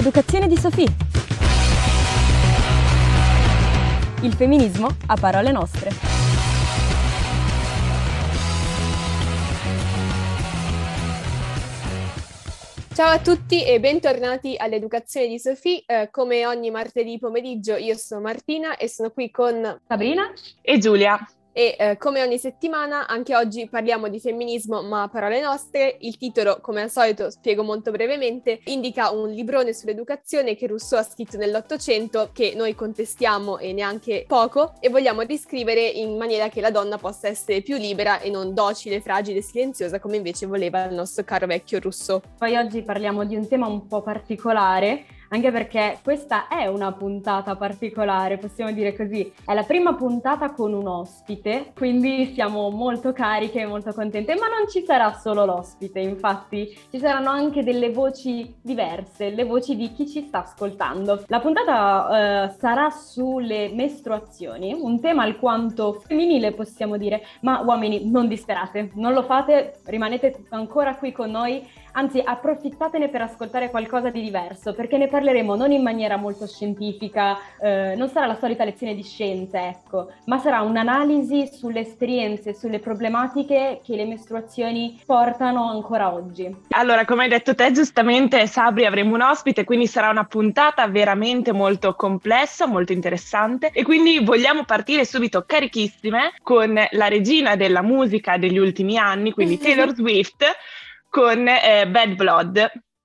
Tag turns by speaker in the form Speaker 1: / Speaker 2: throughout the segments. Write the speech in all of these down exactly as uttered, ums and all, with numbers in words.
Speaker 1: all'educazione di Sophie. Il femminismo a parole nostre.
Speaker 2: Ciao a tutti e bentornati all'Educazione di Sophie. Eh, come ogni martedì pomeriggio io sono Martina e sono qui con
Speaker 3: Sabrina
Speaker 4: e Giulia.
Speaker 2: E eh, come ogni settimana anche oggi parliamo di femminismo ma a parole nostre. Il titolo, come al solito, spiego molto brevemente, indica un librone sull'educazione che Rousseau ha scritto nell'Ottocento, che noi contestiamo e neanche poco, e vogliamo riscrivere in maniera che la donna possa essere più libera e non docile, fragile e silenziosa come invece voleva il nostro caro vecchio Rousseau.
Speaker 3: Poi oggi parliamo di un tema un po' particolare, anche perché questa è una puntata particolare, possiamo dire così. È la prima puntata con un ospite, quindi siamo molto cariche e molto contente, ma non ci sarà solo l'ospite, infatti ci saranno anche delle voci diverse, le voci di chi ci sta ascoltando. La puntata eh, sarà sulle mestruazioni, un tema alquanto femminile possiamo dire, ma uomini non disperate, non lo fate, rimanete ancora qui con noi. Anzi, approfittatene per ascoltare qualcosa di diverso, perché ne parleremo non in maniera molto scientifica, eh, non sarà la solita lezione di scienze, ecco, ma sarà un'analisi sulle esperienze, sulle problematiche che le mestruazioni portano ancora oggi.
Speaker 4: Allora, come hai detto te giustamente, Sabri, avremo un ospite, quindi sarà una puntata veramente molto complessa, molto interessante, e quindi vogliamo partire subito carichissime con la regina della musica degli ultimi anni, quindi Taylor Swift, con eh, Bad Blood.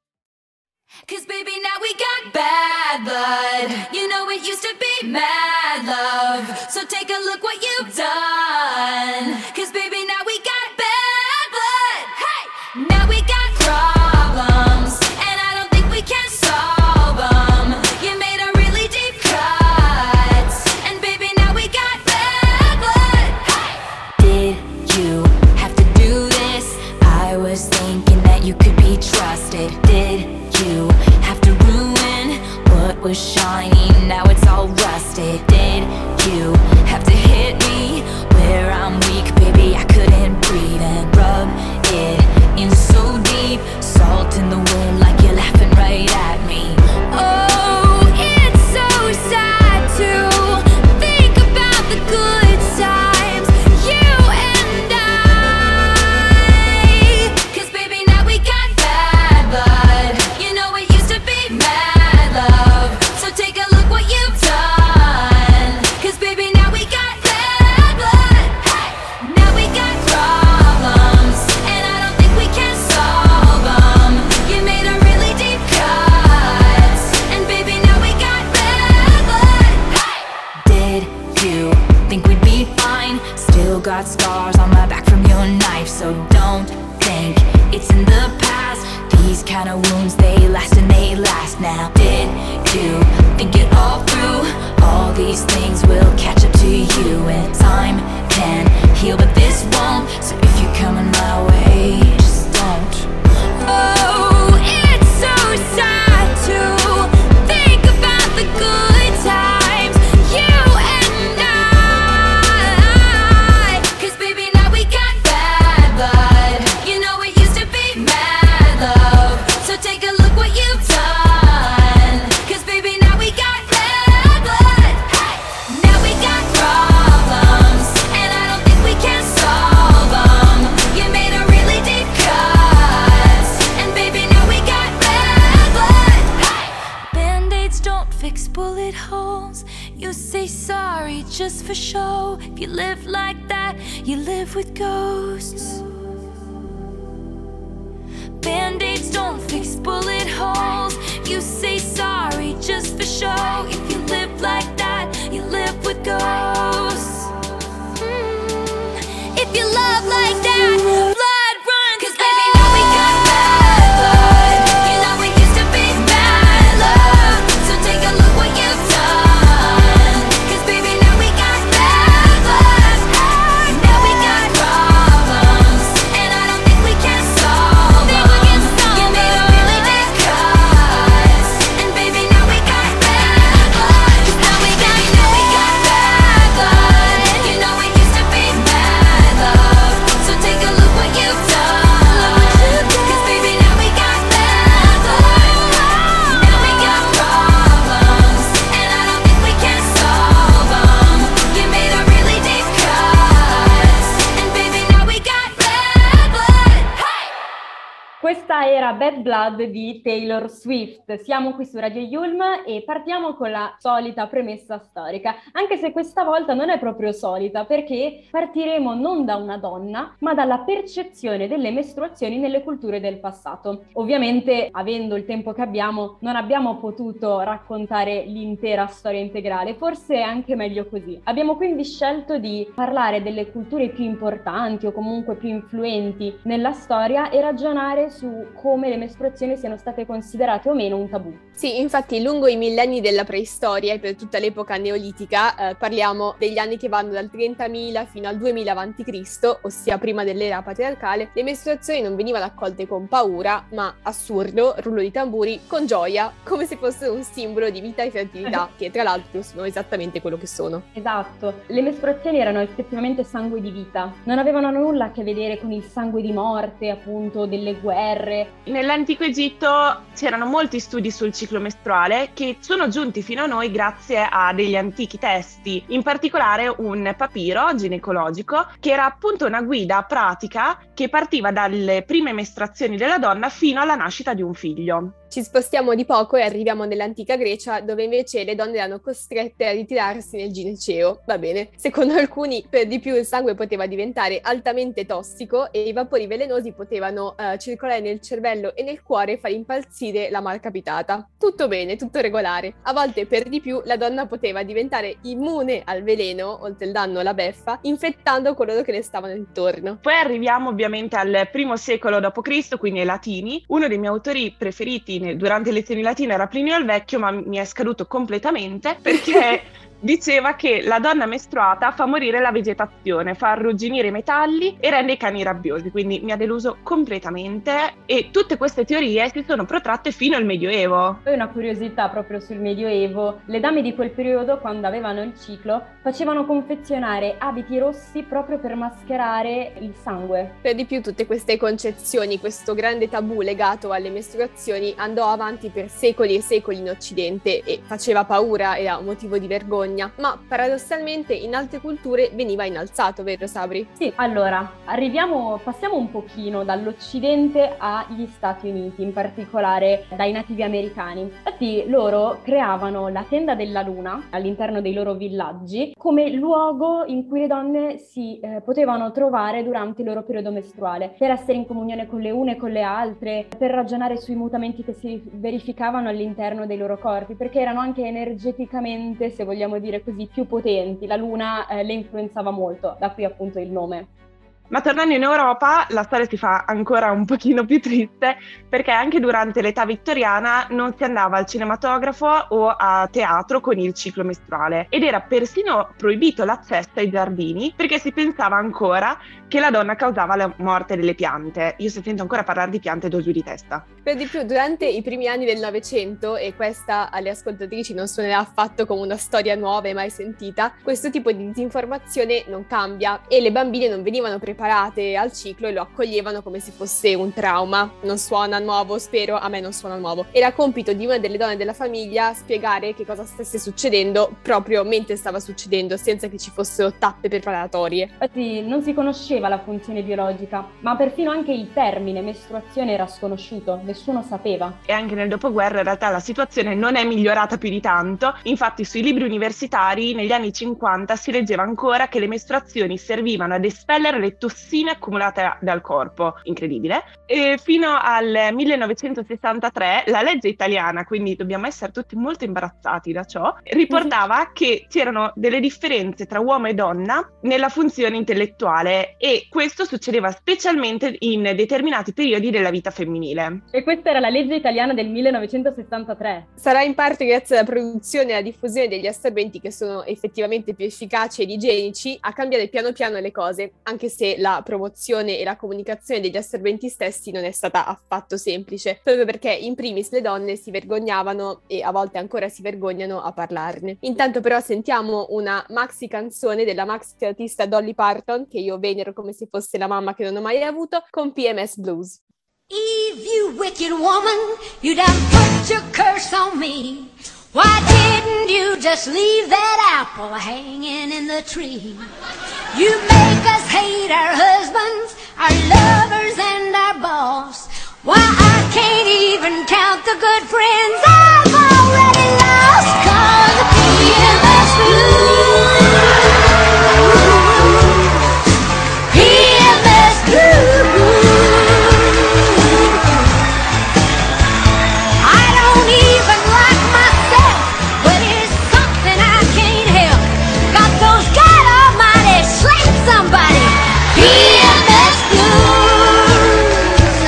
Speaker 5: Cause baby now we got bad blood. You know it used to be mad love. So take a look what you've done. Cause baby now we got bad blood. Hey! Now we got problems, and I don't think we can solve them. You made a really deep cut, and baby now we got bad blood. Hey! Did you have to do this? I was thinking that you could be trusted. Did you have to ruin what was shining? Now it's all rusted. Did you have to hit me where I'm weak? Baby, I couldn't breathe and rub it in so deep. Salt in the wound like you're laughing right at me. Oh, it's so sad to think about the good times, you and I. Cause baby now we got bad blood. You know it used to be mad love. So take a look what you've done. Cause baby now we got bad blood. Hey! Now we got problems, and I don't think we can solve them. You made a really deep cut, and baby now we got bad blood. Hey! Did you think we'd be fine? Still got scars on my back from your knife, so don't think it's in the past. These kind of wounds, they last and they last now. Did you think it all through? All these things will catch up to you, and time can heal, but this won't. So if you're coming my way, just don't. Oh, it's so sad to think about the good times, you and I. Cause baby now we got bad blood. You know it used to be mad love. So take a look what you've done. Cause baby now we got bad blood. Hey! Now we got problems, and I don't think we can solve them. You made a really deep cut, and baby now we got bad blood. Hey! Band-aids don't fix bullet holes. You say sorry just for show. If you live like that, you live with ghosts. Band-aids don't fix bullet holes. You say sorry just for show. If you live like that, you live with ghosts. Mm. If you love like that, blood runs. Cause baby now we got bad blood. You know it used to be mad love. So take a look what you've done. Cause baby now we got bad blood. Now we got problems, and I don't think we can solve them. You made a really deep cut, and baby now we got bad blood.
Speaker 3: era Bad Blood di Taylor Swift. Siamo qui su Radio Yulm e partiamo con la solita premessa storica, anche se questa volta non è proprio solita, perché partiremo non da una donna, ma dalla percezione delle mestruazioni nelle culture del passato. Ovviamente, avendo il tempo che abbiamo, non abbiamo potuto raccontare l'intera storia integrale, forse è anche meglio così. Abbiamo quindi scelto di parlare delle culture più importanti o comunque più influenti nella storia e ragionare su come le mestruazioni siano state considerate o meno un tabù.
Speaker 2: Sì, infatti lungo i millenni della preistoria e per tutta l'epoca neolitica, eh, parliamo degli anni che vanno dal trentamila fino al duemila avanti Cristo, ossia prima dell'era patriarcale, le mestruazioni non venivano accolte con paura, ma assurdo, rullo di tamburi, con gioia, come se fossero un simbolo di vita e fertilità, che tra l'altro sono esattamente quello che sono.
Speaker 3: Esatto, le mestruazioni erano effettivamente sangue di vita, non avevano nulla a che vedere con il sangue di morte, appunto, delle guerre.
Speaker 4: Nell'antico Egitto c'erano molti studi sul ciclo mestruale che sono giunti fino a noi grazie a degli antichi testi, in particolare un papiro ginecologico che era appunto una guida pratica che partiva dalle prime mestruazioni della donna fino alla nascita di un figlio.
Speaker 2: Ci spostiamo di poco e arriviamo nell'antica Grecia, dove invece le donne erano costrette a ritirarsi nel gineceo. Va bene. Secondo alcuni, per di più il sangue poteva diventare altamente tossico e i vapori velenosi potevano uh, circolare nel cervello e nel cuore e far impazzire la malcapitata. Tutto bene, tutto regolare. A volte, per di più, la donna poteva diventare immune al veleno, oltre il danno alla beffa, infettando coloro che le stavano intorno.
Speaker 4: Poi arriviamo ovviamente al primo secolo dopo Cristo, quindi ai Latini. Uno dei miei autori preferiti durante le lezioni latine era Plinio il Vecchio, ma mi è scaduto completamente perché diceva che la donna mestruata fa morire la vegetazione, fa arrugginire i metalli e rende i cani rabbiosi, quindi mi ha deluso completamente e tutte queste teorie si sono protratte fino al Medioevo.
Speaker 3: Poi una curiosità proprio sul Medioevo: le dame di quel periodo, quando avevano il ciclo, facevano confezionare abiti rossi proprio per mascherare il sangue.
Speaker 2: Per di più tutte queste concezioni, questo grande tabù legato alle mestruazioni andò avanti per secoli e secoli in Occidente e faceva paura, era un motivo di vergogna. Ma paradossalmente in altre culture veniva innalzato, vero Sabri?
Speaker 3: Sì, allora, arriviamo, passiamo un pochino dall'Occidente agli Stati Uniti, in particolare dai nativi americani. Infatti loro creavano la tenda della luna all'interno dei loro villaggi come luogo in cui le donne si eh, potevano trovare durante il loro periodo mestruale, per essere in comunione con le une e con le altre, per ragionare sui mutamenti che si verificavano all'interno dei loro corpi, perché erano anche energeticamente, se vogliamo dire così, più potenti. La luna eh, le influenzava molto, da qui appunto il nome.
Speaker 4: Ma tornando in Europa, la storia si fa ancora un pochino più triste, perché anche durante l'età vittoriana non si andava al cinematografo o a teatro con il ciclo mestruale ed era persino proibito l'accesso ai giardini perché si pensava ancora che la donna causava la morte delle piante. Io se sento ancora parlare di piante do giù di testa.
Speaker 2: Per di più, durante i primi anni del Novecento, e questa alle ascoltatrici non suonerà affatto come una storia nuova e mai sentita, questo tipo di disinformazione non cambia e le bambine non venivano preparate al ciclo e lo accoglievano come se fosse un trauma. Non suona nuovo, spero, a me non suona nuovo. Era compito di una delle donne della famiglia spiegare che cosa stesse succedendo proprio mentre stava succedendo, senza che ci fossero tappe preparatorie.
Speaker 3: Infatti non si conosceva la funzione biologica, ma perfino anche il termine mestruazione era sconosciuto, nessuno sapeva.
Speaker 4: E anche nel dopoguerra in realtà la situazione non è migliorata più di tanto, infatti sui libri universitari negli anni cinquanta si leggeva ancora che le mestruazioni servivano ad espellere le tossine accumulate dal corpo, incredibile, e fino al millenovecentosessantatré la legge italiana, quindi dobbiamo essere tutti molto imbarazzati da ciò, riportava che c'erano delle differenze tra uomo e donna nella funzione intellettuale e questo succedeva specialmente in determinati periodi della vita femminile.
Speaker 3: E questa era la legge italiana del millenovecentosessantatré.
Speaker 2: Sarà in parte grazie alla produzione e alla diffusione degli assorbenti che sono effettivamente più efficaci ed igienici a cambiare piano piano le cose, anche se la promozione e la comunicazione degli assorbenti stessi non è stata affatto semplice, proprio perché in primis le donne si vergognavano e a volte ancora si vergognano a parlarne. Intanto però sentiamo una maxi canzone della maxi artista Dolly Parton, che io venero come se fosse la mamma che non ho mai avuto, con P M S Blues.
Speaker 5: Eve, you wicked woman, you done put your curse on me. Why didn't you just leave that apple hanging in the tree? You make us hate our husbands, our lovers, and our boss. Why I the good friends I've already lost. 'Cause P M S Blues, P M S Blues. I don't even like myself, but it's something I can't help. Got those God Almighty slap somebody P M S Blues.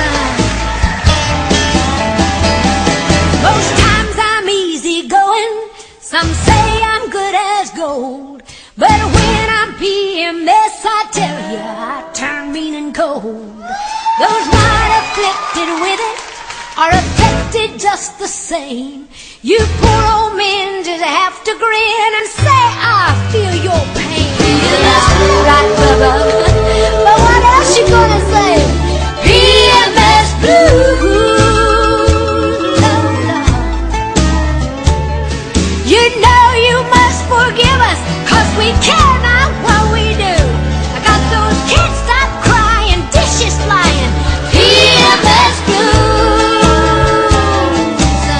Speaker 5: Most times I'm easy going, some say I'm good as gold, but when I'm P M S I tell you I turn mean and cold. Those not afflicted with it are affected just the same. You poor old men just have to grin and say I feel your pain. Right, brother, but what else you gonna say? P M S Blues, Lord, Lord. You know you must forgive us, 'cause we care not what we do. I got those kids stop crying, dishes flying, P M S Blues.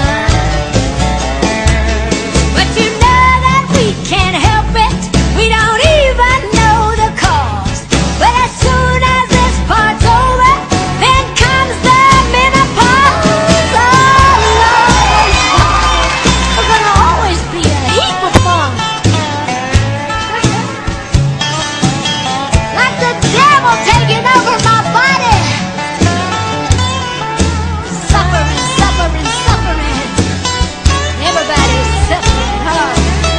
Speaker 5: But you know that we can't help it, we don't even know the cause. But as soon as this part's over, then comes the menopause. Oh Lord, we're gonna always be a heap of fun. Like the devil taking over my body. Suffering, suffering, suffering. Everybody's suffering hard.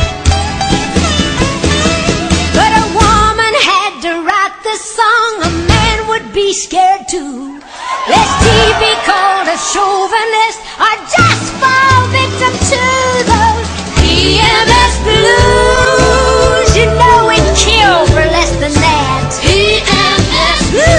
Speaker 5: But a woman had to write this song, a man would be scared too. Lest he be called a chauvinist or just fall victim to those P M S Blues. You know it kill for less than that. P M S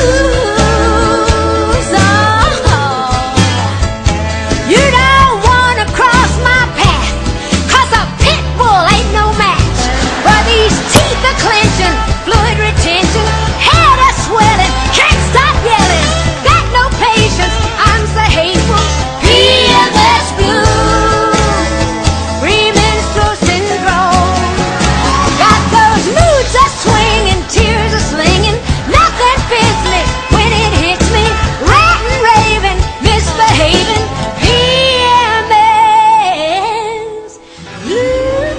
Speaker 5: Blues. Oh, you don't wanna cross my path, 'cause a pit bull ain't no match. But these teeth are clenching, fluid retention, head are swelling, can't stop yelling, got no patience, I'm so hateful. P M S Blues, premenstrual syndrome. Got those moods a swinging, tears a slinging, nothing fits me when it hits me. Ranting, raving, misbehaving, P M S Blues.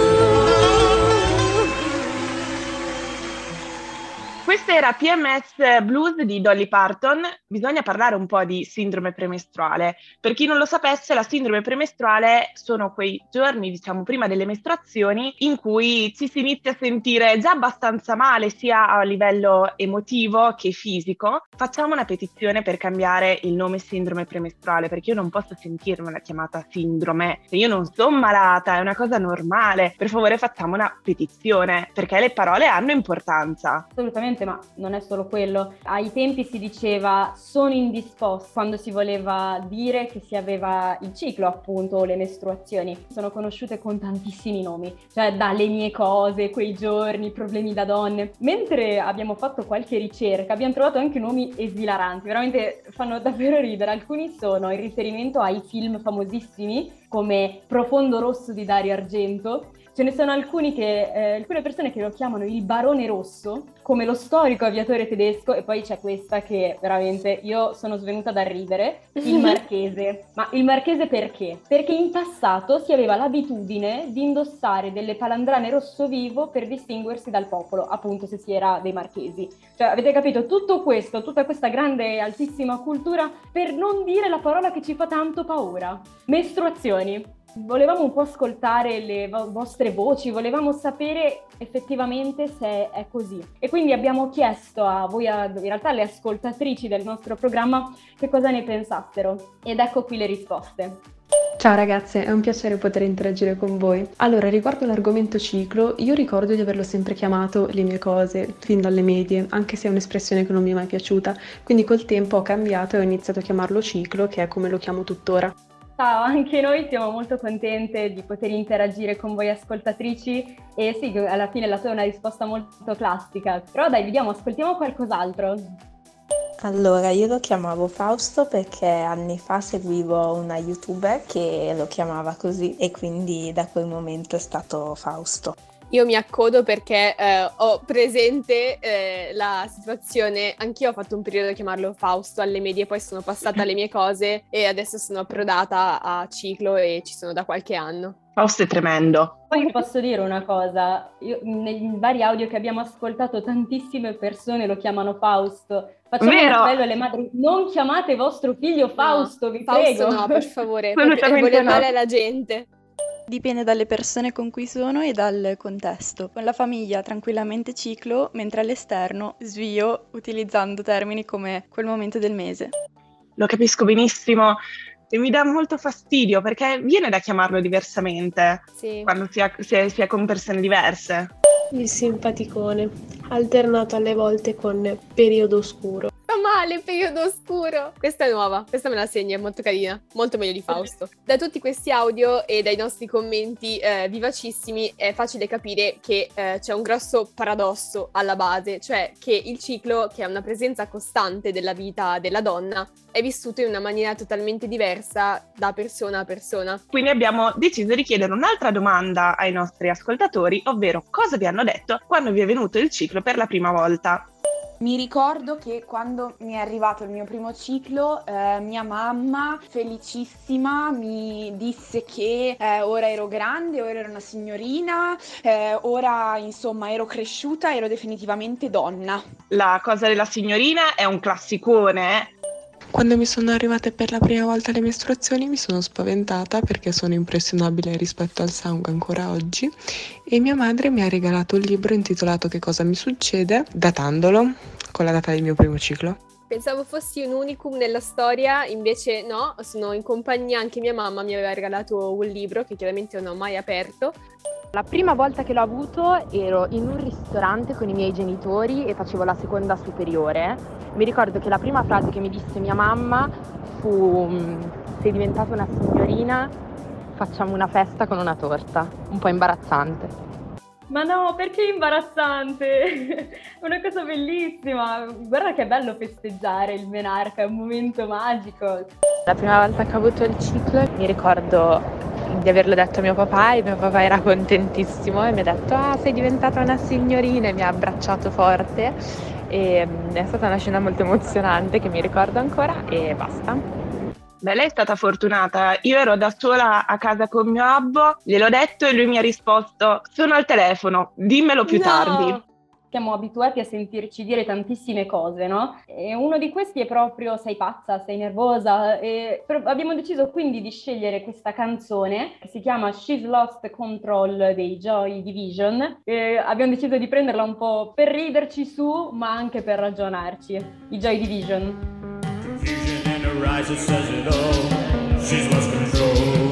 Speaker 4: Questa era P M S Blues di Dolly Parton. Bisogna parlare un po' di sindrome premestruale. Per chi non lo sapesse, la sindrome premestruale sono quei giorni, diciamo, prima delle mestruazioni in cui ci si inizia a sentire già abbastanza male, sia a livello emotivo che fisico. Facciamo una petizione per cambiare il nome sindrome premestruale, perché io non posso sentirmela chiamata sindrome. Se io non sono malata, è una cosa normale. Per favore facciamo una petizione, perché le parole hanno importanza.
Speaker 3: Assolutamente, ma non è solo quello. Ai tempi si diceva sono indisposta quando si voleva dire che si aveva il ciclo, appunto, o le mestruazioni. Sono conosciute con tantissimi nomi, cioè dalle mie cose, quei giorni, problemi da donne. Mentre abbiamo fatto qualche ricerca, abbiamo trovato anche nomi esilaranti, veramente fanno davvero ridere. Alcuni sono in riferimento ai film famosissimi come Profondo Rosso di Dario Argento. Ce ne sono alcuni che, eh, alcune persone che lo chiamano il Barone Rosso, come lo storico aviatore tedesco, e poi c'è questa che veramente io sono svenuta da ridere, il Marchese. Ma il Marchese perché? Perché in passato si aveva l'abitudine di indossare delle palandrane rosso vivo per distinguersi dal popolo, appunto se si era dei marchesi. Cioè, avete capito? Tutto questo, tutta questa grande e altissima cultura per non dire la parola che ci fa tanto paura. Mestruazioni. Volevamo un po' ascoltare le vo- vostre voci, volevamo sapere effettivamente se è così. E quindi abbiamo chiesto a voi, a, in realtà alle ascoltatrici del nostro programma, che cosa ne pensassero. Ed ecco qui le risposte.
Speaker 6: Ciao ragazze, è un piacere poter interagire con voi. Allora, riguardo l'argomento ciclo, io ricordo di averlo sempre chiamato le mie cose, fin dalle medie, anche se è un'espressione che non mi è mai piaciuta. Quindi col tempo ho cambiato e ho iniziato a chiamarlo ciclo, che è come lo chiamo tuttora.
Speaker 3: Ciao, anche noi siamo molto contente di poter interagire con voi ascoltatrici e sì, alla fine la tua è una risposta molto classica, però dai, vediamo, ascoltiamo qualcos'altro.
Speaker 7: Allora, io lo chiamavo Fausto perché anni fa seguivo una YouTuber che lo chiamava così e quindi da quel momento è stato Fausto.
Speaker 2: Io mi accodo perché eh, ho presente eh, la situazione, anch'io ho fatto un periodo a chiamarlo Fausto alle medie, poi sono passata alle mie cose e adesso sono approdata a ciclo e ci sono da qualche anno.
Speaker 4: Fausto è tremendo.
Speaker 3: Poi vi posso dire una cosa, io, nei vari audio che abbiamo ascoltato tantissime persone lo chiamano Fausto. Facciamo un
Speaker 4: Vero.
Speaker 3: appello alle madri, non chiamate vostro figlio Fausto,
Speaker 2: No,
Speaker 3: vi
Speaker 2: Fausto
Speaker 3: prego.
Speaker 2: no, per favore,
Speaker 4: Assolutamente
Speaker 2: vuole
Speaker 4: no.
Speaker 2: male alla gente.
Speaker 8: Dipende dalle persone con cui sono e dal contesto. Con la famiglia tranquillamente ciclo, mentre all'esterno svio utilizzando termini come quel momento del mese.
Speaker 4: Lo capisco benissimo e mi dà molto fastidio perché viene da chiamarlo diversamente
Speaker 2: Sì.
Speaker 4: quando si, ha, si, è, si è con persone diverse.
Speaker 9: Il simpaticone, alternato alle volte con periodo oscuro.
Speaker 2: Sta male, periodo oscuro. Questa è nuova, questa me la segno, è molto carina, molto meglio di Fausto. Da tutti questi audio e dai nostri commenti eh, vivacissimi è facile capire che eh, c'è un grosso paradosso alla base, cioè che il ciclo, che è una presenza costante della vita della donna, è vissuto in una maniera totalmente diversa da persona a persona.
Speaker 4: Quindi abbiamo deciso di chiedere un'altra domanda ai nostri ascoltatori, ovvero cosa vi hanno detto quando vi è venuto il ciclo per la prima volta.
Speaker 10: Mi ricordo che quando mi è arrivato il mio primo ciclo, eh, mia mamma, felicissima, mi disse che eh, ora ero grande, ora ero una signorina, eh, ora insomma ero cresciuta, ero definitivamente donna.
Speaker 4: La cosa della signorina è un classicone, eh?
Speaker 6: Quando mi sono arrivate per la prima volta le mestruazioni mi sono spaventata perché sono impressionabile rispetto al sangue ancora oggi e mia madre mi ha regalato un libro intitolato Che cosa mi succede, datandolo con la data del mio primo ciclo.
Speaker 2: Pensavo fossi un unicum nella storia, invece no, sono in compagnia, anche mia mamma mi aveva regalato un libro che chiaramente non ho mai aperto.
Speaker 11: La prima volta che l'ho avuto ero in un ristorante con i miei genitori e facevo la seconda superiore. Mi ricordo che la prima frase che mi disse mia mamma fu: sei diventata una signorina, facciamo una festa con una torta. Un po' imbarazzante.
Speaker 3: Ma no, perché imbarazzante? È una cosa bellissima. Guarda che bello festeggiare il menarca, è un momento magico.
Speaker 12: La prima volta che ho avuto il ciclo mi ricordo di averlo detto a mio papà e mio papà era contentissimo e mi ha detto ah sei diventata una signorina e mi ha abbracciato forte e è stata una scena molto emozionante che mi ricordo ancora e basta.
Speaker 4: Beh, lei è stata fortunata, io ero da sola a casa con mio abbo, gliel'ho detto e lui mi ha risposto sono al telefono, dimmelo più
Speaker 3: No!
Speaker 4: tardi.
Speaker 3: Siamo abituati a sentirci dire tantissime cose, no? E uno di questi è proprio sei pazza, sei nervosa. E abbiamo deciso quindi di scegliere questa canzone che si chiama She's Lost Control dei Joy Division. E abbiamo deciso di prenderla un po' per riderci su, ma anche per ragionarci. I Joy Division.
Speaker 13: Confusion in her eyes, it says it all. She's lost control.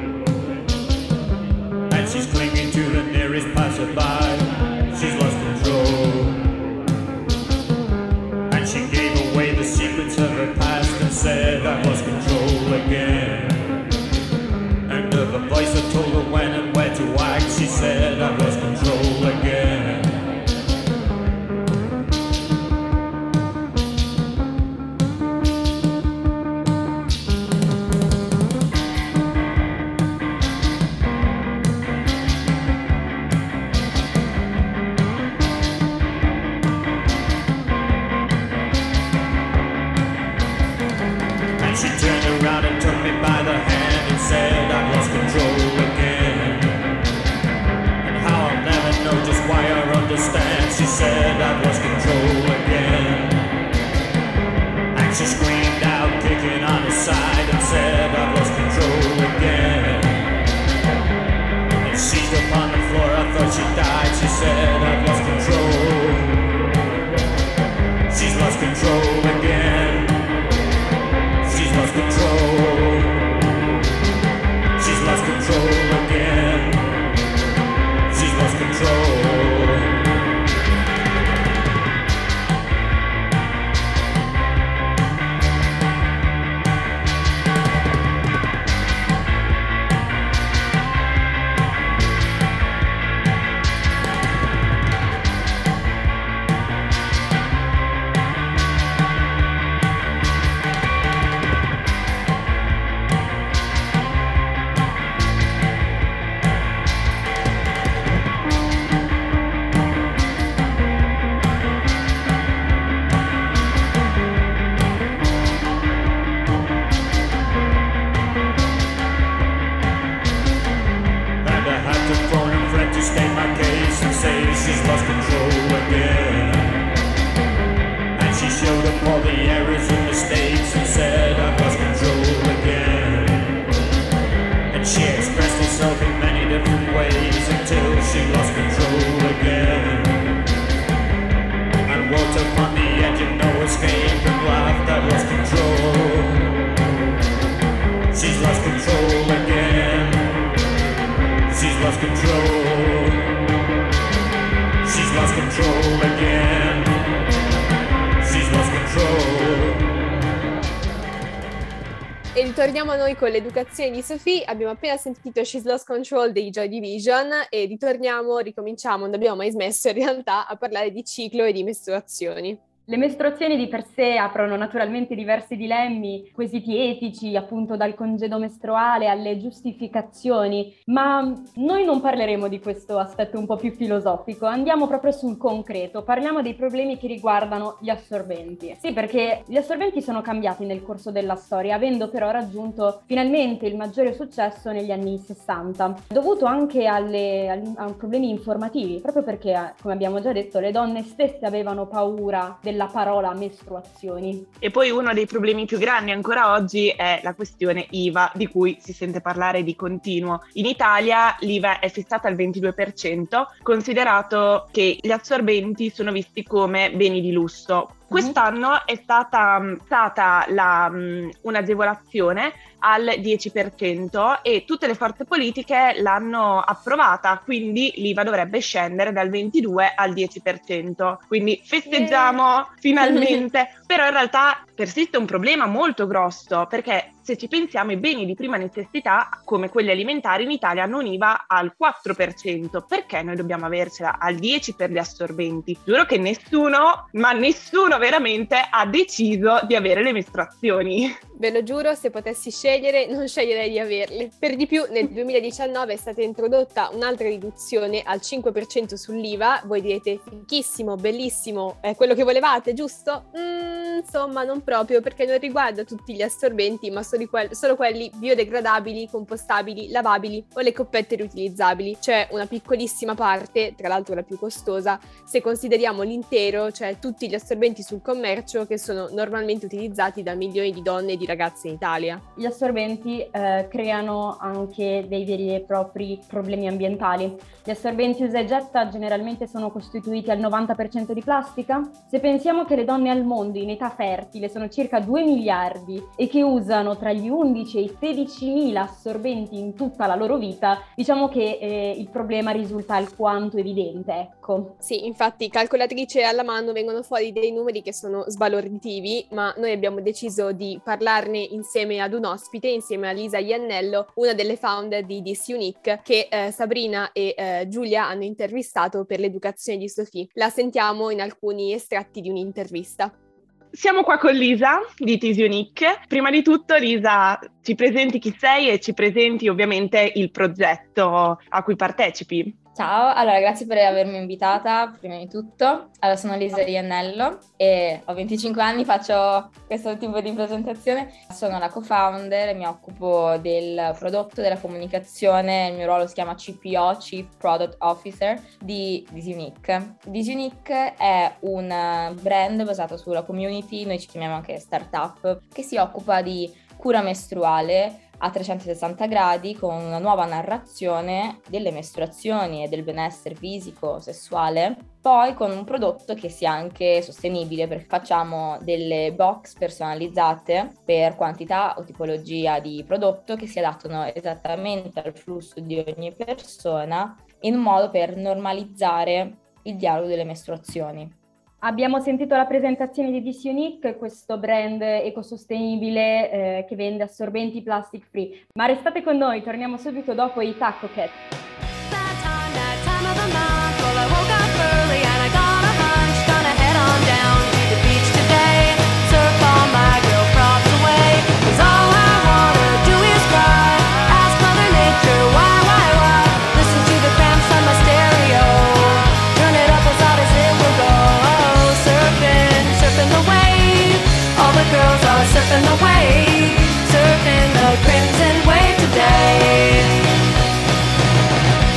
Speaker 13: And she's clinging to the nearest passerby. She's lost control. And she gave away the secrets of her past and said I've lost control again. And of a voice that told her when and where to act, she said I've lost control again. She turned around and took me by the hand and said I've lost control again. And how I'll never know just why or understand. She said I've lost control again. And she screamed out, kicking on her side, and said I've lost control again. And seized upon the floor, I thought she died. She said I've lost control. She's lost control again. She's lost control. She's lost control again. She's lost control.
Speaker 2: ritorniamo a noi con l'educazione di Sophie. Abbiamo appena sentito She's Lost Control dei Joy Division e ritorniamo, ricominciamo, non abbiamo mai smesso in realtà a parlare di ciclo e di mestruazioni.
Speaker 3: Le mestruazioni di per sé aprono naturalmente diversi dilemmi, quesiti etici, appunto dal congedo mestruale alle giustificazioni, ma noi non parleremo di questo aspetto un po' più filosofico, andiamo proprio sul concreto, parliamo dei problemi che riguardano gli assorbenti. Sì, perché gli assorbenti sono cambiati nel corso della storia, avendo però raggiunto finalmente il maggiore successo negli anni sessanta, dovuto anche alle, alle, a problemi informativi, proprio perché, come abbiamo già detto, le donne stesse avevano paura del la parola mestruazioni.
Speaker 4: E poi uno dei problemi più grandi ancora oggi è la questione I V A, di cui si sente parlare di continuo. In Italia l'I V A è fissata al ventidue per cento, considerato che gli assorbenti sono visti come beni di lusso. Quest'anno è stata stata la, um, un'agevolazione al dieci per cento e tutte le forze politiche l'hanno approvata, quindi l'I V A dovrebbe scendere dal ventidue al dieci per cento. Quindi festeggiamo yeah. finalmente, però in realtà persiste un problema molto grosso, perché se ci pensiamo i beni di prima necessità come quelli alimentari in Italia hanno un I V A al quattro per cento. Perché noi dobbiamo avercela al dieci per cento per gli assorbenti? Giuro che nessuno, ma nessuno veramente ha deciso di avere le mestruazioni.
Speaker 2: Ve lo giuro, se potessi scegliere non sceglierei di averle. Per di più nel duemiladiciannove è stata introdotta un'altra riduzione al cinque per cento sull'I V A. Voi direte fichissimo, bellissimo, è quello che volevate, giusto? Mm, insomma non proprio, perché non riguarda tutti gli assorbenti, ma solo, que- solo quelli biodegradabili, compostabili, lavabili o le coppette riutilizzabili. C'è una piccolissima parte, tra l'altro la più costosa, se consideriamo l'intero, cioè tutti gli assorbenti sul commercio che sono normalmente utilizzati da milioni di donne e di ragazze in Italia.
Speaker 3: Gli assorbenti eh, creano anche dei veri e propri problemi ambientali. Gli assorbenti usa e getta generalmente sono costituiti al novanta per cento di plastica. Se pensiamo che le donne al mondo in età fertile sono circa due miliardi e che usano tra gli undici e i sedicimila assorbenti in tutta la loro vita, diciamo che eh, il problema risulta alquanto evidente, ecco.
Speaker 2: Sì, infatti calcolatrice alla mano vengono fuori dei numeri che sono sbalorditivi, ma noi abbiamo deciso di parlare insieme ad un ospite, insieme a Lisa Iannello, una delle founder di This Unique, che eh, Sabrina e eh, Giulia hanno intervistato per l'educazione di Sophie. La sentiamo in alcuni estratti di un'intervista.
Speaker 4: Siamo qua con Lisa di This Unique. Prima di tutto, Lisa, ci presenti chi sei e ci presenti ovviamente il progetto a cui partecipi.
Speaker 14: Ciao, allora grazie per avermi invitata, prima di tutto. Allora, sono Lisa Iannello e ho venticinque anni, faccio questo tipo di presentazione. Sono la co-founder, mi occupo del prodotto, della comunicazione, il mio ruolo si chiama C P O, Chief Product Officer, di This Unique. This Unique è un brand basato sulla community, noi ci chiamiamo anche startup, che si occupa di cura mestruale a trecentosessanta gradi, con una nuova narrazione delle mestruazioni e del benessere fisico, sessuale, poi con un prodotto che sia anche sostenibile, perché facciamo delle box personalizzate per quantità o tipologia di prodotto che si adattano esattamente al flusso di ogni persona, in modo per normalizzare il dialogo delle mestruazioni.
Speaker 3: Abbiamo sentito la presentazione di This Unique, questo brand ecosostenibile eh, che vende assorbenti plastic free. Ma restate con noi, torniamo subito dopo i Taco Cat.
Speaker 5: Surfing the wave, surfing the crimson wave today.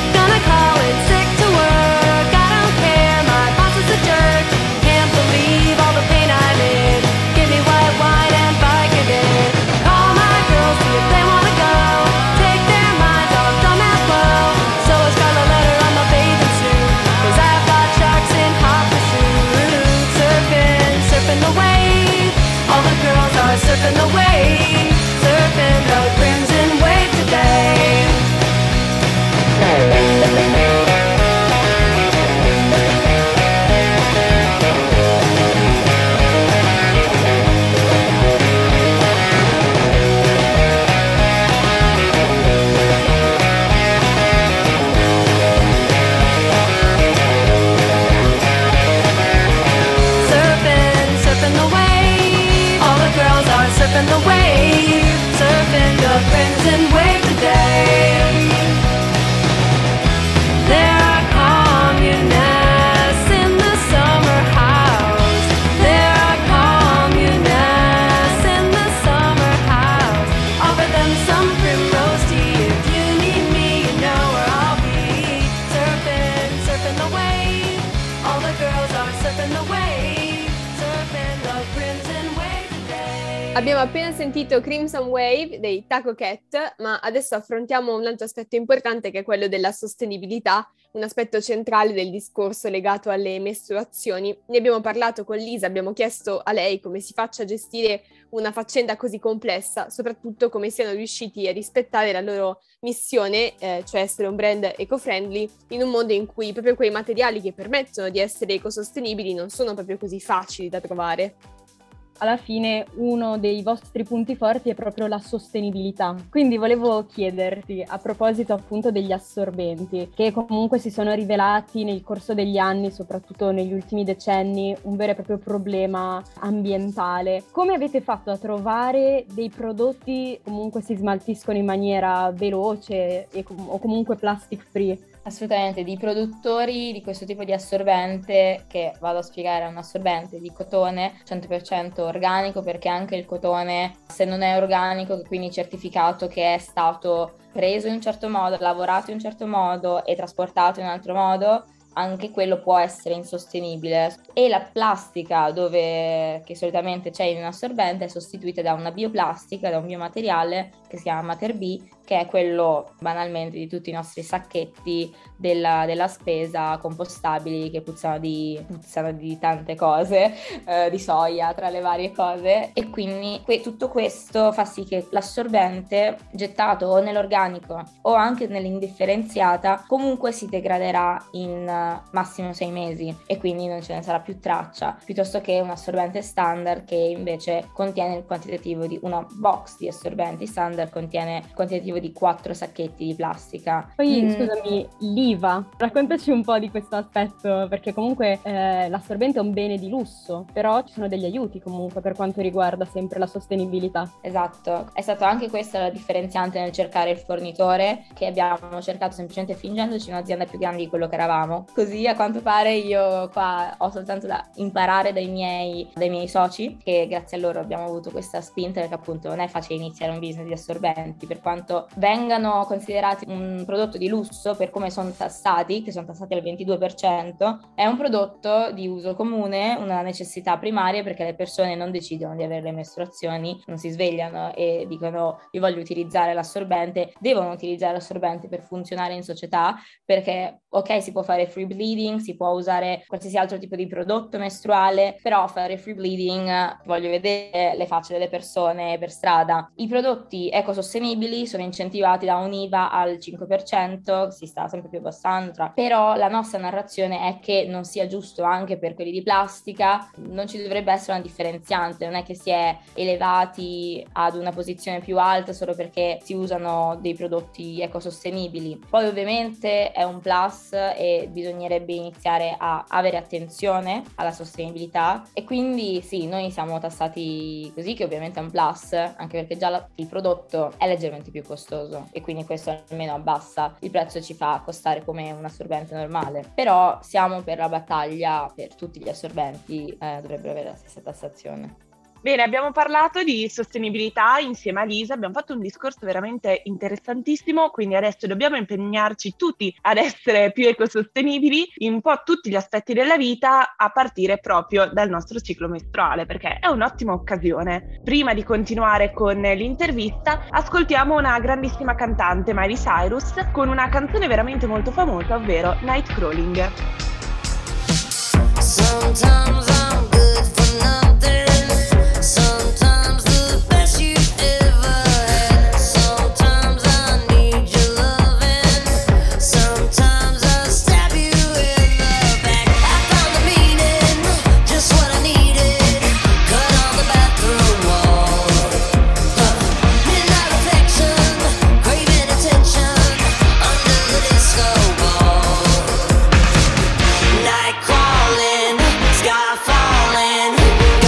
Speaker 5: surfing the wave, surfing the crimson wave today.
Speaker 2: Abbiamo appena sentito Crimson Wave dei Taco Cat, ma adesso affrontiamo un altro aspetto importante che è quello della sostenibilità, un aspetto centrale del discorso legato alle mestruazioni. Ne abbiamo parlato con Lisa, abbiamo chiesto a lei come si faccia a gestire una faccenda così complessa, soprattutto come siano riusciti a rispettare la loro missione, eh, cioè essere un brand eco-friendly, in un mondo in cui proprio quei materiali che permettono di essere ecosostenibili non sono proprio così facili da trovare.
Speaker 3: Alla fine uno dei vostri punti forti è proprio la sostenibilità. Quindi volevo chiederti, a proposito appunto degli assorbenti, che comunque si sono rivelati nel corso degli anni, soprattutto negli ultimi decenni, un vero e proprio problema ambientale. Come avete fatto a trovare dei prodotti che comunque si smaltiscono in maniera veloce e com- o comunque plastic free?
Speaker 14: Assolutamente, di produttori di questo tipo di assorbente, che vado a spiegare, è un assorbente di cotone cento per cento organico, perché anche il cotone, se non è organico, quindi certificato che è stato preso in un certo modo, lavorato in un certo modo e trasportato in un altro modo, anche quello può essere insostenibile. E la plastica, dove che solitamente c'è in un assorbente, è sostituita da una bioplastica, da un biomateriale che si chiama Mater B, che è quello banalmente di tutti i nostri sacchetti della, della spesa compostabili, che puzzano di, puzzano di tante cose, eh, di soia tra le varie cose, e quindi que- tutto questo fa sì che l'assorbente gettato o nell'organico o anche nell'indifferenziata comunque si degraderà in uh, massimo sei mesi, e quindi non ce ne sarà più traccia, piuttosto che un assorbente standard che invece contiene il quantitativo di una box di assorbenti standard, contiene il quantitativo di quattro sacchetti di plastica.
Speaker 3: Poi
Speaker 14: Mm.
Speaker 3: scusami, l'I V A, raccontaci un po' di questo aspetto, perché comunque eh, l'assorbente è un bene di lusso, però ci sono degli aiuti comunque per quanto riguarda sempre la sostenibilità.
Speaker 14: Esatto, è stata anche questa la differenziante nel cercare il fornitore, che abbiamo cercato semplicemente fingendoci un'azienda più grande di quello che eravamo. Così a quanto pare io qua ho soltanto da imparare dai miei, dai miei soci, che grazie a loro abbiamo avuto questa spinta, perché appunto non è facile iniziare un business di assorbenti, per quanto vengano considerati un prodotto di lusso per come sono tassati, che sono tassati al ventidue per cento, è un prodotto di uso comune, una necessità primaria, perché le persone non decidono di avere le mestruazioni, non si svegliano e dicono io voglio utilizzare l'assorbente, devono utilizzare l'assorbente per funzionare in società, perché ok, si può fare free bleeding, si può usare qualsiasi altro tipo di prodotto mestruale, però fare free bleeding, voglio vedere le facce delle persone per strada. I prodotti ecosostenibili sono incentivati da un I V A al cinque per cento, si sta sempre più abbassando, tra... però la nostra narrazione è che non sia giusto anche per quelli di plastica, non ci dovrebbe essere una differenziante, non è che si è elevati ad una posizione più alta solo perché si usano dei prodotti ecosostenibili. Poi ovviamente è un plus e bisognerebbe iniziare a avere attenzione alla sostenibilità, e quindi sì, noi siamo tassati così, che ovviamente è un plus, anche perché già la, il prodotto è leggermente più costoso e quindi questo almeno abbassa il prezzo e ci fa costare come un assorbente normale. Però siamo per la battaglia per tutti gli assorbenti, eh, dovrebbero avere la stessa tassazione.
Speaker 4: Bene, abbiamo parlato di sostenibilità insieme a Lisa, abbiamo fatto un discorso veramente interessantissimo, quindi adesso dobbiamo impegnarci tutti ad essere più ecosostenibili in un po' tutti gli aspetti della vita, a partire proprio dal nostro ciclo mestruale, perché è un'ottima occasione. Prima di continuare con l'intervista, ascoltiamo una grandissima cantante, Miley Cyrus, con una canzone veramente molto famosa, ovvero Nightcrawling.
Speaker 5: Sometimes I'm good for nothing. Sometimes the best you've ever had. Sometimes I need your loving. Sometimes I stab you in the back. I found the meaning, just what I needed. Cut on the bathroom wall. Midnight reflection, craving attention under the disco ball. Night crawling, sky falling.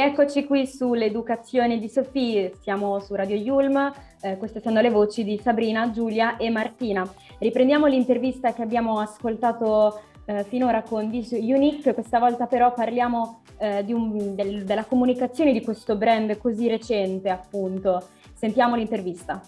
Speaker 3: Eccoci qui sull'educazione di Sophie, siamo su Radio Yulm, eh, queste sono le voci di Sabrina, Giulia e Martina. Riprendiamo l'intervista che abbiamo ascoltato eh, finora con This Unique, questa volta però parliamo eh, di un, del, della comunicazione di questo brand così recente, appunto. Sentiamo l'intervista.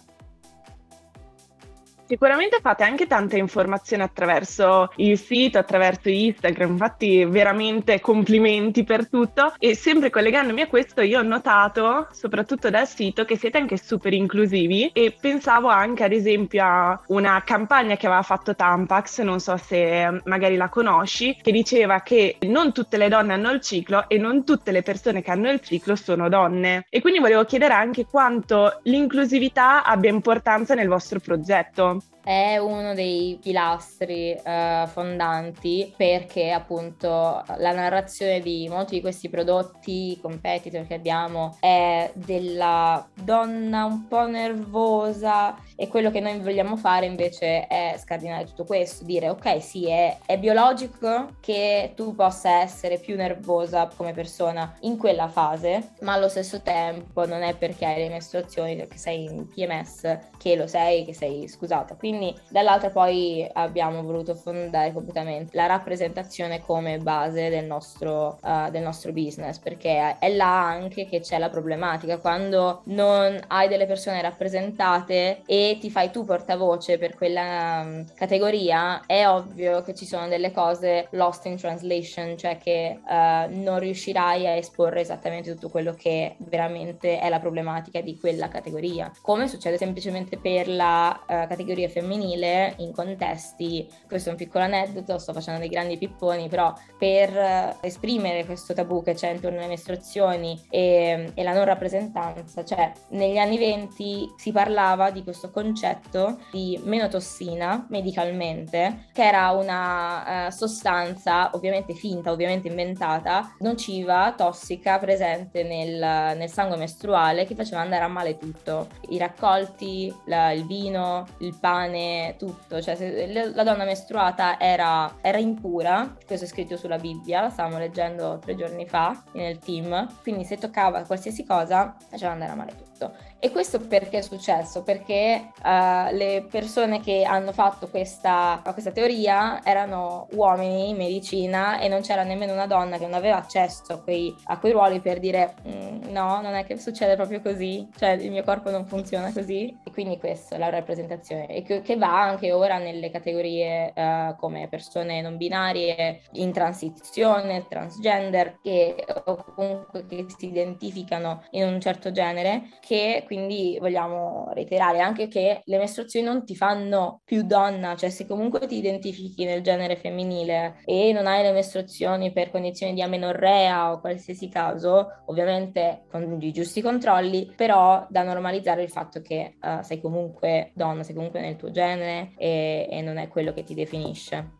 Speaker 4: Sicuramente fate anche tante informazioni attraverso il sito, attraverso Instagram, infatti veramente complimenti per tutto. E sempre collegandomi a questo, io ho notato, soprattutto dal sito, che siete anche super inclusivi, e pensavo anche ad esempio a una campagna che aveva fatto Tampax, non so se magari la conosci, che diceva che non tutte le donne hanno il ciclo e non tutte le persone che hanno il ciclo sono donne. E quindi volevo chiedere anche quanto l'inclusività abbia importanza nel vostro progetto.
Speaker 14: È uno dei pilastri eh, fondanti, perché appunto la narrazione di molti di questi prodotti competitor che abbiamo è della donna un po' nervosa, e quello che noi vogliamo fare invece è scardinare tutto questo, dire ok, sì, è, è biologico che tu possa essere più nervosa come persona in quella fase, ma allo stesso tempo non è perché hai le mestruazioni, perché sei in P M S, che lo sei, che sei scusata. Quindi dall'altra poi abbiamo voluto fondare completamente la rappresentazione come base del nostro, uh, del nostro business, perché è là anche che c'è la problematica, quando non hai delle persone rappresentate e ti fai tu portavoce per quella um, categoria, è ovvio che ci sono delle cose lost in translation, cioè che uh, non riuscirai a esporre esattamente tutto quello che veramente è la problematica di quella categoria, come succede semplicemente per la uh, categoria femminile in contesti. Questo è un piccolo aneddoto, sto facendo dei grandi pipponi, però per uh, esprimere questo tabù che c'è intorno alle mestruazioni e, e la non rappresentanza, cioè negli anni venti si parlava di questo concetto di menotossina medicalmente, che era una uh, sostanza ovviamente finta, ovviamente inventata, nociva, tossica, presente nel, nel sangue mestruale, che faceva andare a male tutto, i raccolti, la, il vino, il pane, tutto. Cioè se la donna mestruata era, era impura, questo è scritto sulla Bibbia, stavamo leggendo tre giorni fa nel team, quindi se toccava qualsiasi cosa faceva andare a male tutto. E questo perché è successo? Perché uh, le persone che hanno fatto questa, questa teoria erano uomini in medicina, e non c'era nemmeno una donna che non aveva accesso a quei, a quei ruoli per dire mm, no, non è che succede proprio così, cioè il mio corpo non funziona così. E quindi questa è la rappresentazione, e che, che va anche ora nelle categorie uh, come persone non binarie, in transizione, transgender, che o comunque che si identificano in un certo genere, che quindi vogliamo reiterare anche che le mestruazioni non ti fanno più donna, cioè se comunque ti identifichi nel genere femminile e non hai le mestruazioni per condizioni di amenorrea o qualsiasi caso, ovviamente con i giusti controlli, però da normalizzare il fatto che uh, sei comunque donna, sei comunque nel tuo genere e, e non è quello che ti definisce.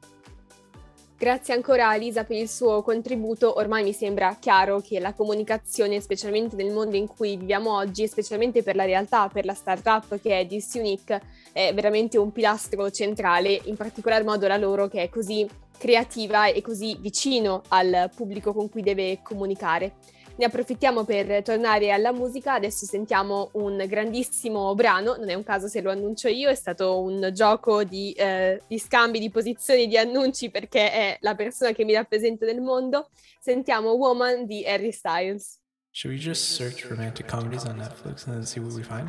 Speaker 2: Grazie ancora a Lisa per il suo contributo. Ormai mi sembra chiaro che la comunicazione, specialmente nel mondo in cui viviamo oggi, e specialmente per la realtà, per la startup che è This Unique, è veramente un pilastro centrale, in particolar modo la loro, che è così creativa e così vicino al pubblico con cui deve comunicare. Ne approfittiamo per tornare alla musica. Adesso sentiamo un grandissimo brano, non è un caso se lo annuncio io, è stato un gioco di, eh, di scambi di posizioni, di annunci, perché è la persona che mi rappresenta nel mondo. Sentiamo Woman di Harry Styles.
Speaker 15: Should we just search romantic comedies on Netflix and then see what we find?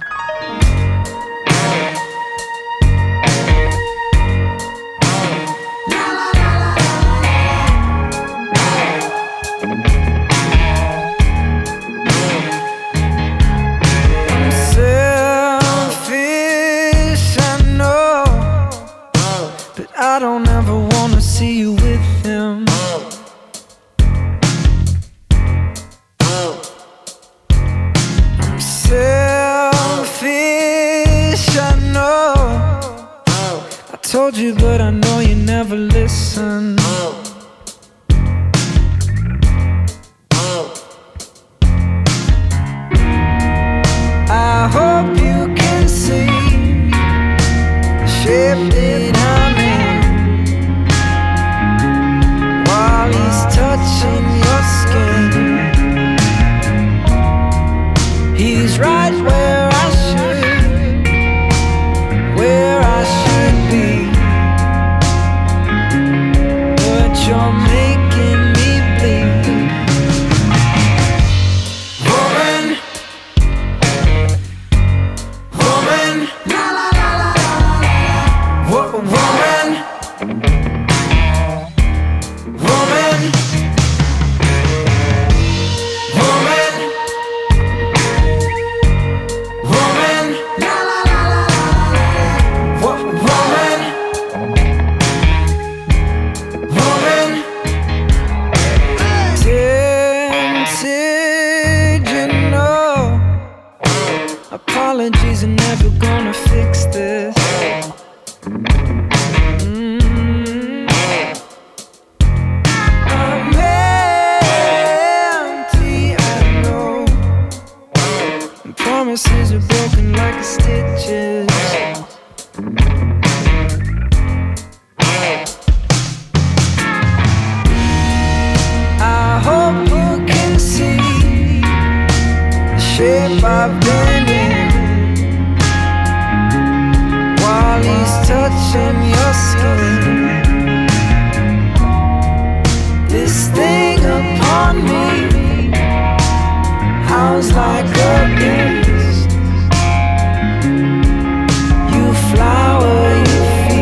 Speaker 16: I don't ever wanna see you with him. I'm selfish, I know. I told you, but I know you never listen. I hope you can see the shape that I'm in. While he's touching your skin, Woman, woman, woman, la la la la la la. Wo- woman, woman, tempted, you know. Apologies are never gonna fix this. Mm. I'm empty, I know. And promises are broken like stitches. I hope you can see the shape I've been in while he's touching your skin. This thing upon me howls like a beast. You flower, you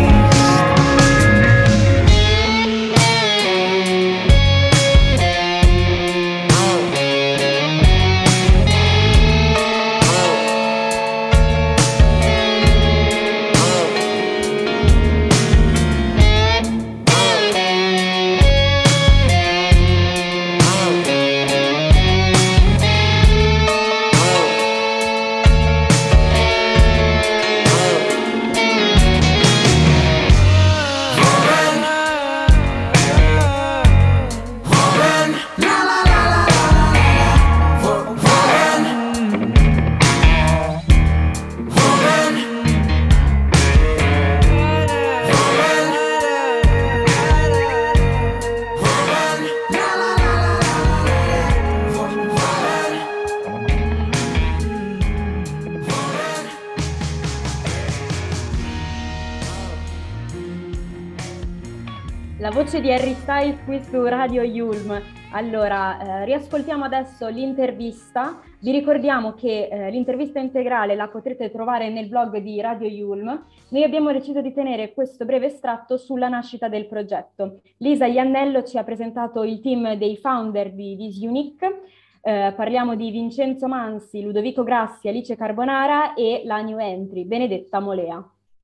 Speaker 3: La voce di Harry Styles qui su Radio Yulm. Allora, eh, riascoltiamo adesso l'intervista. Vi ricordiamo che eh, l'intervista integrale la potrete trovare nel blog di Radio Yulm. Noi abbiamo deciso di tenere questo breve estratto sulla nascita del progetto. Lisa Iannello ci ha presentato il team dei founder di This Unique. Eh, parliamo di Vincenzo Mansi, Ludovico Grassi, Alice Carbonara e la new entry, Benedetta Molea.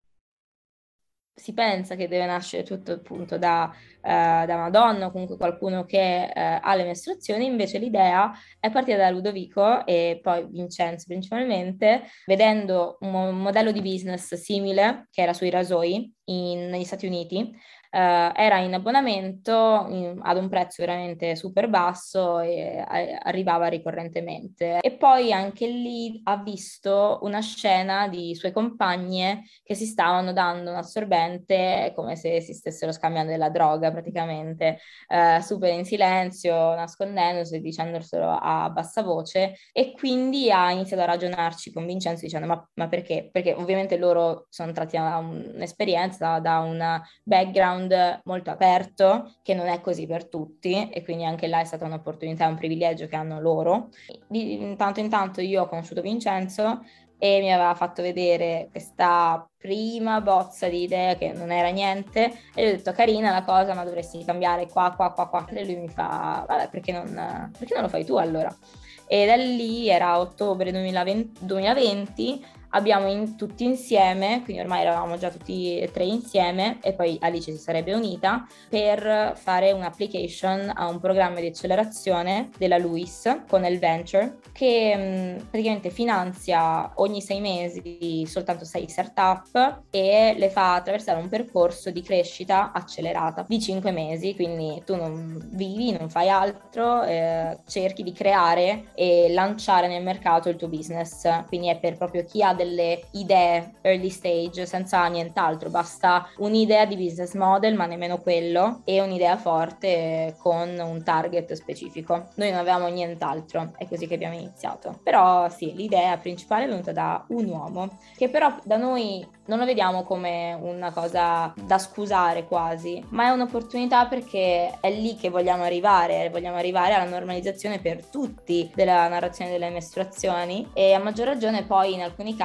Speaker 14: Si pensa che deve nascere tutto appunto da, eh, da una donna o comunque qualcuno che eh, ha le mestruazioni, invece l'idea è partita da Ludovico e poi Vincenzo principalmente, vedendo un, mo- un modello di business simile che era sui rasoi in, negli Stati Uniti. Uh, era in abbonamento in, ad un prezzo veramente super basso e a, arrivava ricorrentemente. E poi anche lì ha visto una scena di sue compagne che si stavano dando un assorbente come se si stessero scambiando della droga praticamente, uh, super in silenzio, nascondendosi, dicendoselo a bassa voce, e quindi ha iniziato a ragionarci con Vincenzo dicendo ma, ma perché? Perché ovviamente loro sono tratti da un'esperienza, da un background molto aperto, che non è così per tutti, e quindi anche là è stata un'opportunità, un privilegio che hanno loro. Di tanto in tanto io ho conosciuto Vincenzo e mi aveva fatto vedere questa prima bozza di idea che non era niente e gli ho detto carina la cosa, ma dovresti cambiare qua, qua, qua, qua. E lui mi fa vabbè, perché non, perché non lo fai tu allora? E da lì era ottobre duemilaventi, abbiamo in, tutti insieme, quindi ormai eravamo già tutti e tre insieme e poi Alice si sarebbe unita, per fare un'application a un programma di accelerazione della LUISS con il Venture, che mh, praticamente finanzia ogni sei mesi soltanto sei startup e le fa attraversare un percorso di crescita accelerata di cinque mesi, quindi tu non vivi, non fai altro, eh, cerchi di creare e lanciare nel mercato il tuo business, quindi è per proprio chi ha delle idee early stage senza nient'altro, basta un'idea di business model ma nemmeno quello e un'idea forte con un target specifico. Noi non avevamo nient'altro, è così che abbiamo iniziato, però sì, l'idea principale è venuta da un uomo che però da noi non lo vediamo come una cosa da scusare quasi, ma è un'opportunità perché è lì che vogliamo arrivare, vogliamo arrivare alla normalizzazione per tutti della narrazione delle mestruazioni e a maggior ragione poi in alcuni casi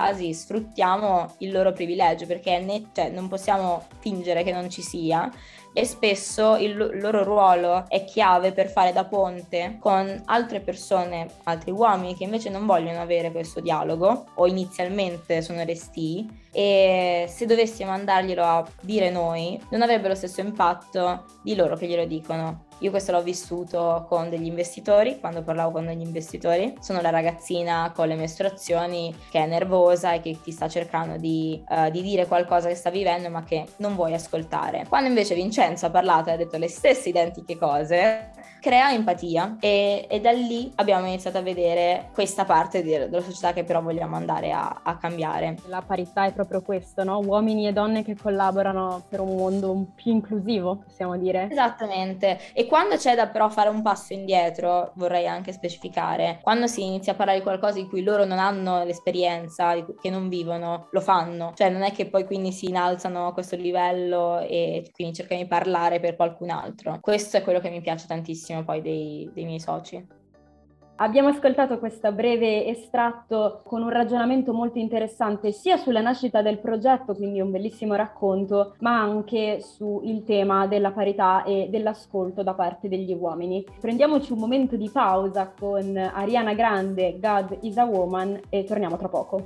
Speaker 14: casi sfruttiamo il loro privilegio, perché ne- cioè, non possiamo fingere che non ci sia, e spesso il, il loro ruolo è chiave per fare da ponte con altre persone, altri uomini che invece non vogliono avere questo dialogo o inizialmente sono restii, e se dovessimo andarglielo a dire noi non avrebbe lo stesso impatto di loro che glielo dicono. Io questo l'ho vissuto con degli investitori, quando parlavo con degli investitori. Sono la ragazzina con le mestruazioni che è nervosa e che ti sta cercando di, uh, di dire qualcosa che sta vivendo ma che non vuoi ascoltare. Quando invece Vincenzo ha parlato e ha detto le stesse identiche cose, crea empatia, e, e da lì abbiamo iniziato a vedere questa parte di, della società che però vogliamo andare a, a cambiare.
Speaker 3: La parità è proprio questo, no? Uomini e donne che collaborano per un mondo più inclusivo, possiamo dire.
Speaker 14: Esattamente. E quando c'è da però fare un passo indietro, vorrei anche specificare, quando si inizia a parlare di qualcosa di cui loro non hanno l'esperienza, di cui, che non vivono, lo fanno. Cioè non è che poi quindi si innalzano a questo livello e quindi cercano di parlare per qualcun altro. Questo è quello che mi piace tantissimo poi dei, dei miei soci.
Speaker 3: Abbiamo ascoltato questo breve estratto con un ragionamento molto interessante sia sulla nascita del progetto, quindi un bellissimo racconto, ma anche sul tema della parità e dell'ascolto da parte degli uomini. Prendiamoci un momento di pausa con Ariana Grande, God is a Woman, e torniamo tra poco.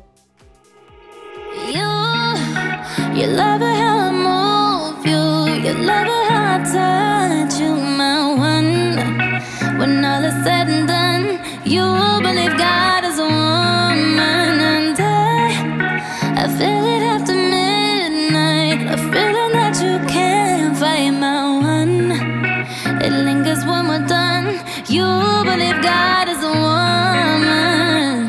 Speaker 5: You, you love it how I move you, you love it how I touch you, my one. When all is said and done, you believe God is a woman, and I, I feel it after midnight, a feeling that you can't fight, my one. It lingers when we're done. You believe God is a woman.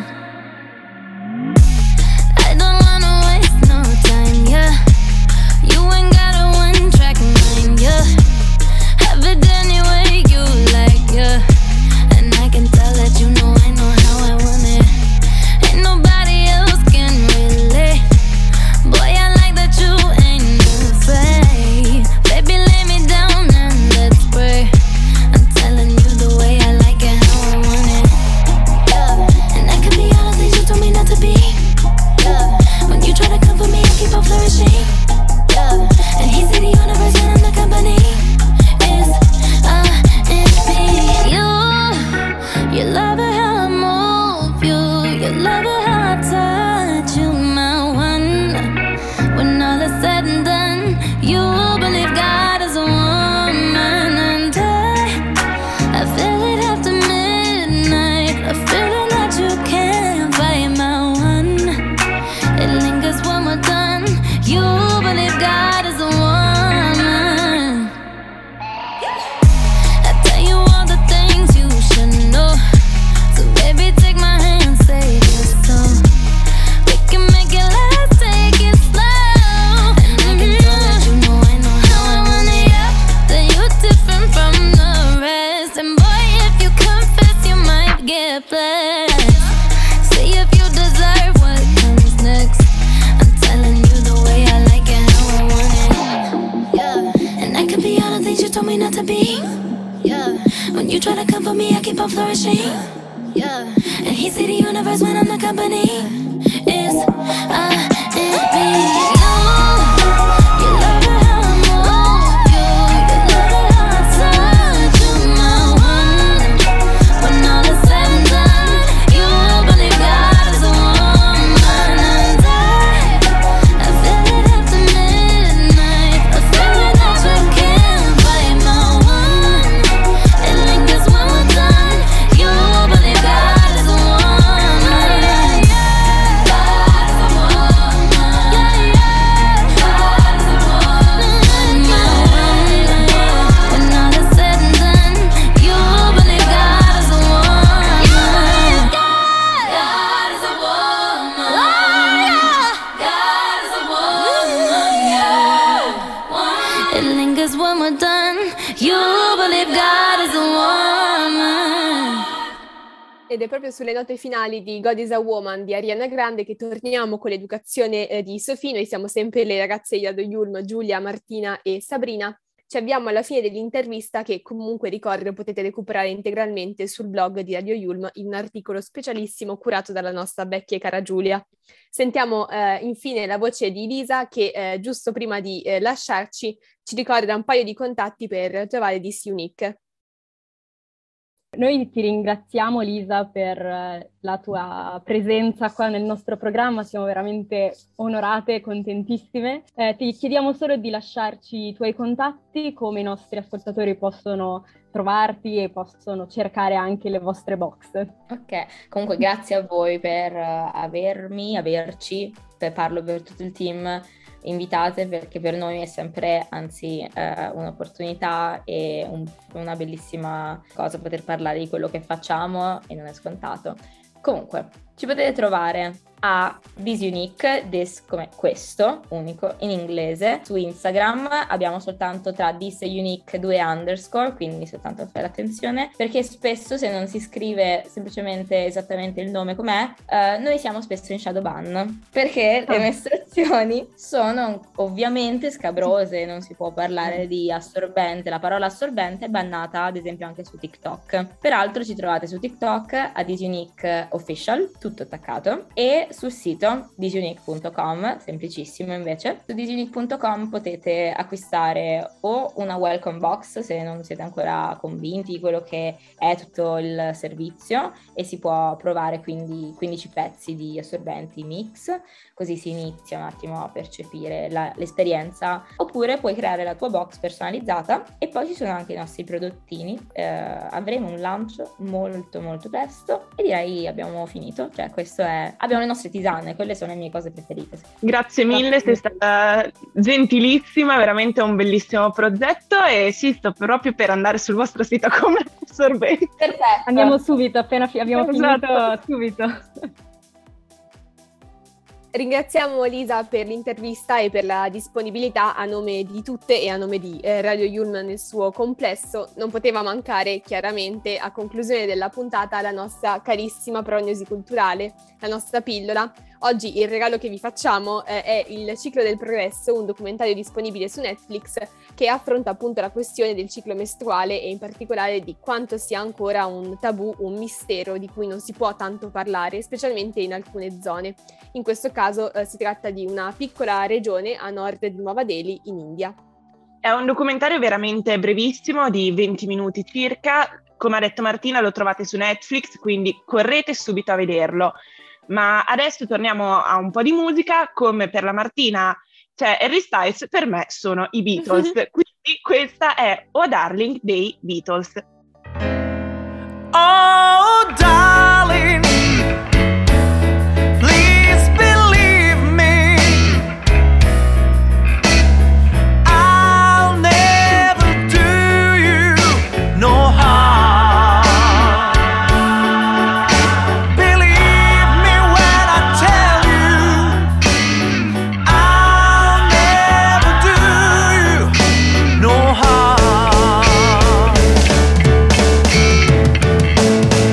Speaker 5: I don't wanna waste no time, yeah. You ain't got a one-track mind, yeah. Have it any way you like, yeah. And I can tell that you know I know how I want it. Ain't nobody else can relate. Boy, I like that you ain't afraid. Baby, lay me down and let's pray. I'm telling you the way I like it, how I want it. Yeah. And I can be all the things you told me not to be. Yeah. When you try to come for me, I keep on flourishing. Yeah. And he said the universe when I'm the company. Is uh, it's me. You, you love it how I move you. You love it how I touch you, my one. When all is said and done, you believe God is a woman, and I, I feel it after midnight, a feeling that you can't fight, my one. It lingers when we're done. You believe God is a woman. I tell you all the things you should know. So baby, take my hand, say yes so. We can make it last, take it slow. And I can tell that you know I know how I want it, yeah. That you're different from the rest. And boy, if you confess, you might get blessed. See if you deserve what comes next. I'm telling you the way I like it, how I want it. Yeah. And I can be all the things you told me not to be. Yeah. When you try to come for me, I keep on flourishing. Yeah. And he see the universe when I'm the company. Is uh, it me? You, you love it how I move you. You love it how I touch you, my one. When all is said and done, you believe God is a woman, and I, I feel it after midnight, a feeling that you can't fight, my one. It lingers when we're done. You believe God is a woman. God is a woman. Yeah, yeah. God is a woman. My one. When all is said and done, you believe God is a woman. God is a woman. God is a woman. Yeah. It lingers when we're done. You believe God is a woman.
Speaker 2: Ed è proprio sulle note finali di God is a Woman di Ariana Grande che torniamo con l'educazione eh, di Sofì. Noi siamo sempre le ragazze di Ado Yulm, Giulia, Martina e Sabrina. ci avviamo alla fine dell'intervista che comunque ricordo potete recuperare integralmente sul blog di Radio Yulm in un articolo specialissimo curato dalla nostra vecchia e cara Giulia. Sentiamo eh, infine la voce di Lisa che eh, giusto prima di eh, lasciarci ci ricorda un paio di contatti per trovare This Unique.
Speaker 3: Noi ti ringraziamo Lisa per la tua presenza qua nel nostro programma, siamo veramente onorate e contentissime. Eh, ti chiediamo solo di lasciarci i tuoi contatti, come i nostri ascoltatori possono trovarti e possono cercare anche le vostre box.
Speaker 14: Ok, comunque grazie a voi per avermi, averci, per parlo per tutto il team, invitate, perché per noi è sempre, anzi, eh, un'opportunità e un, una bellissima cosa poter parlare di quello che facciamo e non è scontato. Comunque, ci potete trovare a This Unique, this come questo, unico, in inglese, su Instagram. Abbiamo soltanto tra This Unique due underscore, quindi soltanto fare attenzione, perché spesso se non si scrive semplicemente esattamente il nome com'è, eh, noi siamo spesso in shadow ban, perché le mestruazioni sono ovviamente scabrose, non si può parlare di assorbente, la parola assorbente è bannata ad esempio anche su TikTok. Peraltro ci trovate su TikTok a This Unique Official, tutto attaccato, e sul sito this unique punto com, semplicissimo invece. Su this unique punto com potete acquistare o una welcome box se non siete ancora convinti di quello che è tutto il servizio, e si può provare quindi quindici pezzi di assorbenti mix, così si inizia un attimo a percepire la, l'esperienza, oppure puoi creare la tua box personalizzata. E poi ci sono anche i nostri prodottini, eh, avremo un lancio molto molto presto e direi abbiamo finito, cioè questo è, abbiamo le nostre tisane, quelle sono le mie cose preferite.
Speaker 4: Grazie mille, sei stata gentilissima, veramente un bellissimo progetto, e sì, sto proprio per andare sul vostro sito come assorbente.
Speaker 3: Perfetto. Andiamo subito, appena fi- abbiamo
Speaker 4: Esatto.
Speaker 3: finito subito.
Speaker 2: Ringraziamo Lisa per l'intervista e per la disponibilità a nome di tutte e a nome di eh, Radio Yulm nel suo complesso. Non poteva mancare chiaramente a conclusione della puntata la nostra carissima prognosi culturale, la nostra pillola. Oggi il regalo che vi facciamo eh, è Il ciclo del progresso, un documentario disponibile su Netflix che affronta appunto la questione del ciclo mestruale e in particolare di quanto sia ancora un tabù, un mistero di cui non si può tanto parlare, specialmente in alcune zone. In questo caso eh, si tratta di una piccola regione a nord di Nuova Delhi, in India.
Speaker 4: È un documentario veramente brevissimo, di venti minuti circa. Come ha detto Martina, lo trovate su Netflix, quindi correte subito a vederlo. Ma adesso torniamo a un po' di musica. Come per la Martina c'è Harry Styles, per me sono i Beatles. Quindi questa è Oh Darling dei Beatles.
Speaker 16: Oh, darling, please believe me. I'll never do you no harm. Believe me when I tell you, I'll never do you no harm.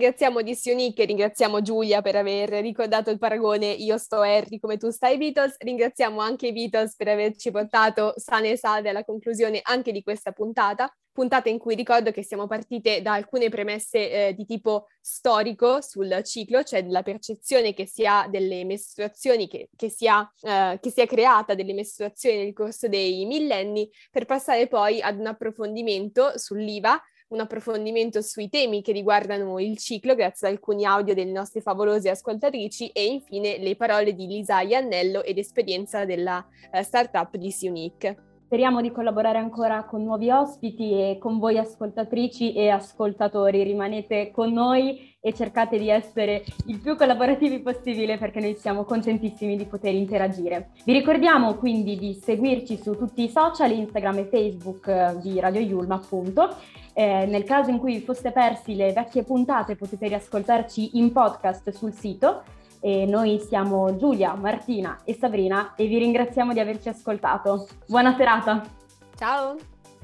Speaker 2: ringraziamo D C Unique, ringraziamo Giulia per aver ricordato il paragone io sto Harry come tu stai Beatles, ringraziamo anche i Beatles per averci portato sane e salve alla conclusione anche di questa puntata, puntata in cui ricordo che siamo partite da alcune premesse eh, di tipo storico sul ciclo, cioè della percezione che si ha delle mestruazioni, che, che, si ha, eh, che si è creata delle mestruazioni nel corso dei millenni, per passare poi ad un approfondimento sull'I V A, un approfondimento sui temi che riguardano il ciclo grazie ad alcuni audio delle nostre favolose ascoltatrici e infine le parole di Lisa Iannello ed esperienza della uh, startup D C Unique.
Speaker 3: Speriamo di collaborare ancora con nuovi ospiti e con voi ascoltatrici e ascoltatori. Rimanete con noi e cercate di essere il più collaborativi possibile perché noi siamo contentissimi di poter interagire. Vi ricordiamo quindi di seguirci su tutti i social, Instagram e Facebook di Radio Yulm appunto. Eh, nel caso in cui vi foste persi le vecchie puntate potete riascoltarci in podcast sul sito. E noi siamo Giulia, Martina e Sabrina e vi ringraziamo di averci ascoltato. Buona serata!
Speaker 2: Ciao!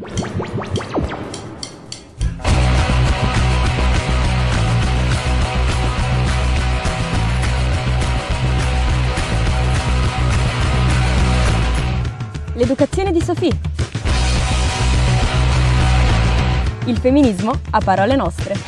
Speaker 1: L'educazione di Sofì. Il femminismo a parole nostre.